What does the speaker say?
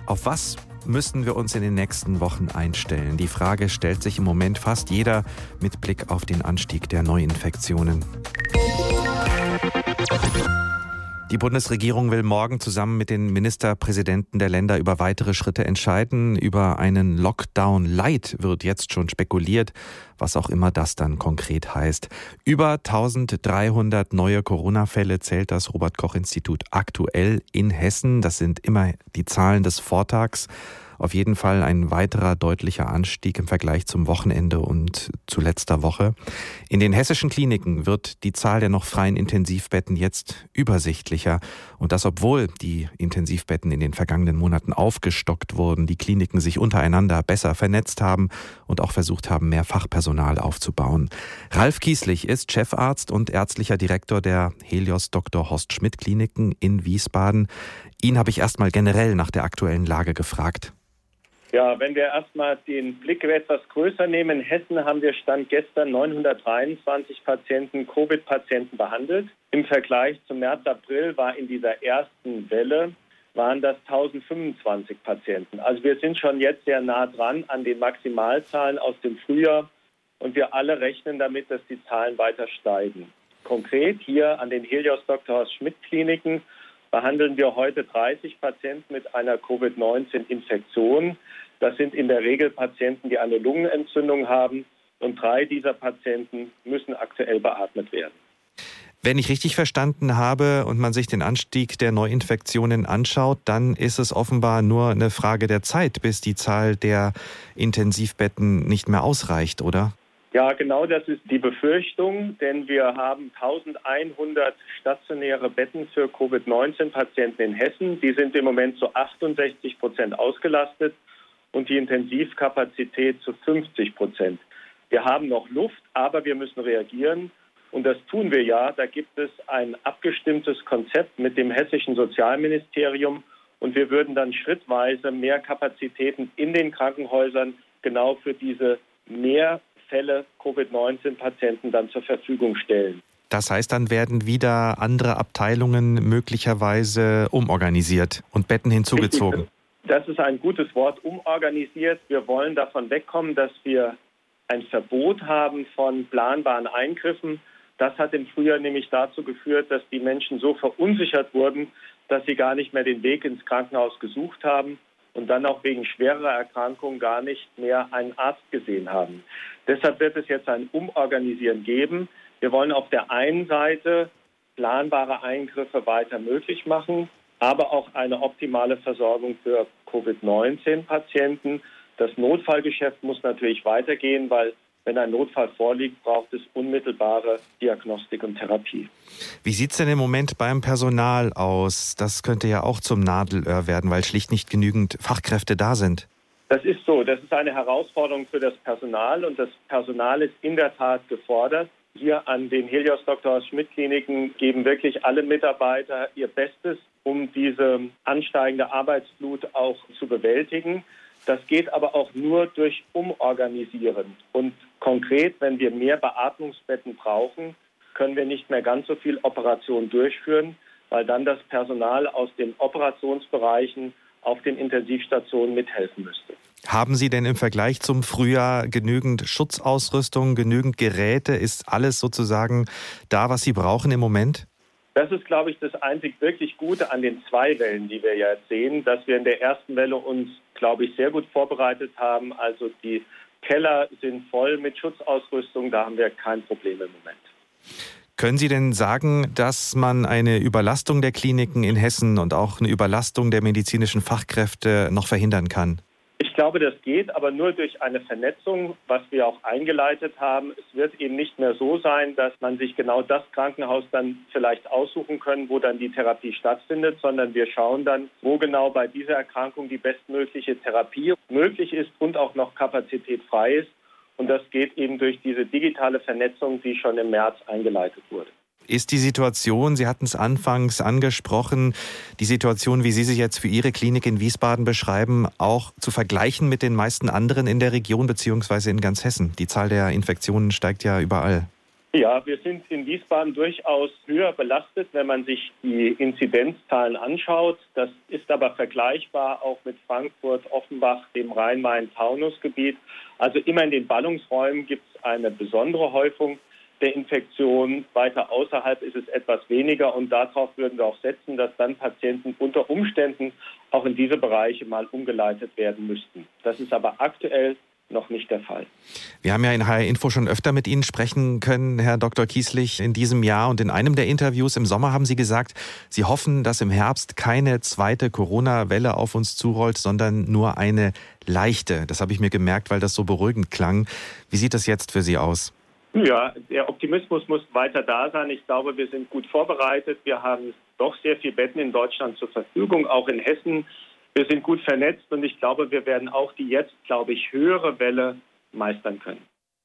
Auf was müssen wir uns in den nächsten Wochen einstellen? Die Frage stellt sich im Moment fast jeder mit Blick auf den Anstieg der Neuinfektionen. Die Bundesregierung will morgen zusammen mit den Ministerpräsidenten der Länder über weitere Schritte entscheiden. Über einen Lockdown Light wird jetzt schon spekuliert, was auch immer das dann konkret heißt. Über 1300 neue Corona-Fälle zählt das Robert-Koch-Institut aktuell in Hessen. Das sind immer die Zahlen des Vortags. Auf jeden Fall ein weiterer deutlicher Anstieg im Vergleich zum Wochenende und zu letzter Woche. In den hessischen Kliniken wird die Zahl der noch freien Intensivbetten jetzt übersichtlicher. Und das, obwohl die Intensivbetten in den vergangenen Monaten aufgestockt wurden, die Kliniken sich untereinander besser vernetzt haben und auch versucht haben, mehr Fachpersonal aufzubauen. Ralf Kieslich ist Chefarzt und ärztlicher Direktor der Helios Dr. Horst Schmidt Kliniken in Wiesbaden. Ihn habe ich erstmal generell nach der aktuellen Lage gefragt. Ja, wenn wir erstmal den Blick etwas größer nehmen, in Hessen haben wir Stand gestern 923 Covid-Patienten behandelt. Im Vergleich zum März, April war in dieser ersten Welle, waren das 1025 Patienten. Also wir sind schon jetzt sehr nah dran an den Maximalzahlen aus dem Frühjahr und wir alle rechnen damit, dass die Zahlen weiter steigen. Konkret hier an den Helios Dr. Horst Schmidt Kliniken behandeln wir heute 30 Patienten mit einer Covid-19-Infektion. Das sind in der Regel Patienten, die eine Lungenentzündung haben. Und 3 dieser Patienten müssen aktuell beatmet werden. Wenn ich richtig verstanden habe und man sich den Anstieg der Neuinfektionen anschaut, dann ist es offenbar nur eine Frage der Zeit, bis die Zahl der Intensivbetten nicht mehr ausreicht, oder? Ja, genau das ist die Befürchtung, denn wir haben 1100 stationäre Betten für Covid-19-Patienten in Hessen. Die sind im Moment zu 68% ausgelastet und die Intensivkapazität zu 50%. Wir haben noch Luft, aber wir müssen reagieren und das tun wir ja. Da gibt es ein abgestimmtes Konzept mit dem hessischen Sozialministerium und wir würden dann schrittweise mehr Kapazitäten in den Krankenhäusern genau für diese Fälle Covid-19-Patienten dann zur Verfügung stellen. Das heißt, dann werden wieder andere Abteilungen möglicherweise umorganisiert und Betten hinzugezogen. Das ist ein gutes Wort, umorganisiert. Wir wollen davon wegkommen, dass wir ein Verbot haben von planbaren Eingriffen. Das hat im Frühjahr nämlich dazu geführt, dass die Menschen so verunsichert wurden, dass sie gar nicht mehr den Weg ins Krankenhaus gesucht haben und dann auch wegen schwerer Erkrankungen gar nicht mehr einen Arzt gesehen haben. Deshalb wird es jetzt ein Umorganisieren geben. Wir wollen auf der einen Seite planbare Eingriffe weiter möglich machen, aber auch eine optimale Versorgung für Covid-19-Patienten. Das Notfallgeschäft muss natürlich weitergehen, weil wenn ein Notfall vorliegt, braucht es unmittelbare Diagnostik und Therapie. Wie sieht es denn im Moment beim Personal aus? Das könnte ja auch zum Nadelöhr werden, weil schlicht nicht genügend Fachkräfte da sind. Das ist so. Das ist eine Herausforderung für das Personal und das Personal ist in der Tat gefordert. Hier an den Helios Dr. Horst Schmidt Kliniken geben wirklich alle Mitarbeiter ihr Bestes, um diese ansteigende Arbeitsflut auch zu bewältigen. Das geht aber auch nur durch Umorganisieren. Und konkret, wenn wir mehr Beatmungsbetten brauchen, können wir nicht mehr ganz so viel Operationen durchführen, weil dann das Personal aus den Operationsbereichen auf den Intensivstationen mithelfen müsste. Haben Sie denn im Vergleich zum Frühjahr genügend Schutzausrüstung, genügend Geräte? Ist alles sozusagen da, was Sie brauchen im Moment? Das ist, glaube ich, das einzig wirklich Gute an den 2 Wellen, die wir jetzt sehen, dass wir in der ersten Welle uns, glaube ich, sehr gut vorbereitet haben. Also die Keller sind voll mit Schutzausrüstung, da haben wir kein Problem im Moment. Können Sie denn sagen, dass man eine Überlastung der Kliniken in Hessen und auch eine Überlastung der medizinischen Fachkräfte noch verhindern kann? Ich glaube, das geht, aber nur durch eine Vernetzung, was wir auch eingeleitet haben. Es wird eben nicht mehr so sein, dass man sich genau das Krankenhaus dann vielleicht aussuchen können, wo dann die Therapie stattfindet, sondern wir schauen dann, wo genau bei dieser Erkrankung die bestmögliche Therapie möglich ist und auch noch Kapazität frei ist. Und das geht eben durch diese digitale Vernetzung, die schon im März eingeleitet wurde. Ist die Situation, Sie hatten es anfangs angesprochen, die Situation, wie Sie sie jetzt für Ihre Klinik in Wiesbaden beschreiben, auch zu vergleichen mit den meisten anderen in der Region bzw. in ganz Hessen? Die Zahl der Infektionen steigt ja überall. Ja, wir sind in Wiesbaden durchaus höher belastet, wenn man sich die Inzidenzzahlen anschaut. Das ist aber vergleichbar auch mit Frankfurt, Offenbach, dem Rhein-Main-Taunus-Gebiet. Also immer in den Ballungsräumen gibt es eine besondere Häufung der Infektion. Weiter außerhalb ist es etwas weniger und darauf würden wir auch setzen, dass dann Patienten unter Umständen auch in diese Bereiche mal umgeleitet werden müssten. Das ist aber aktuell noch nicht der Fall. Wir haben ja in HR Info schon öfter mit Ihnen sprechen können, Herr Dr. Kieslich, in diesem Jahr. Und in einem der Interviews im Sommer haben Sie gesagt, Sie hoffen, dass im Herbst keine zweite Corona-Welle auf uns zurollt, sondern nur eine leichte. Das habe ich mir gemerkt, weil das so beruhigend klang. Wie sieht das jetzt für Sie aus? Ja, der Optimismus muss weiter da sein. Ich glaube, wir sind gut vorbereitet. Wir haben doch sehr viele Betten in Deutschland zur Verfügung, auch in Hessen. Wir sind gut vernetzt und ich glaube, wir werden auch die jetzt, höhere Welle meistern können.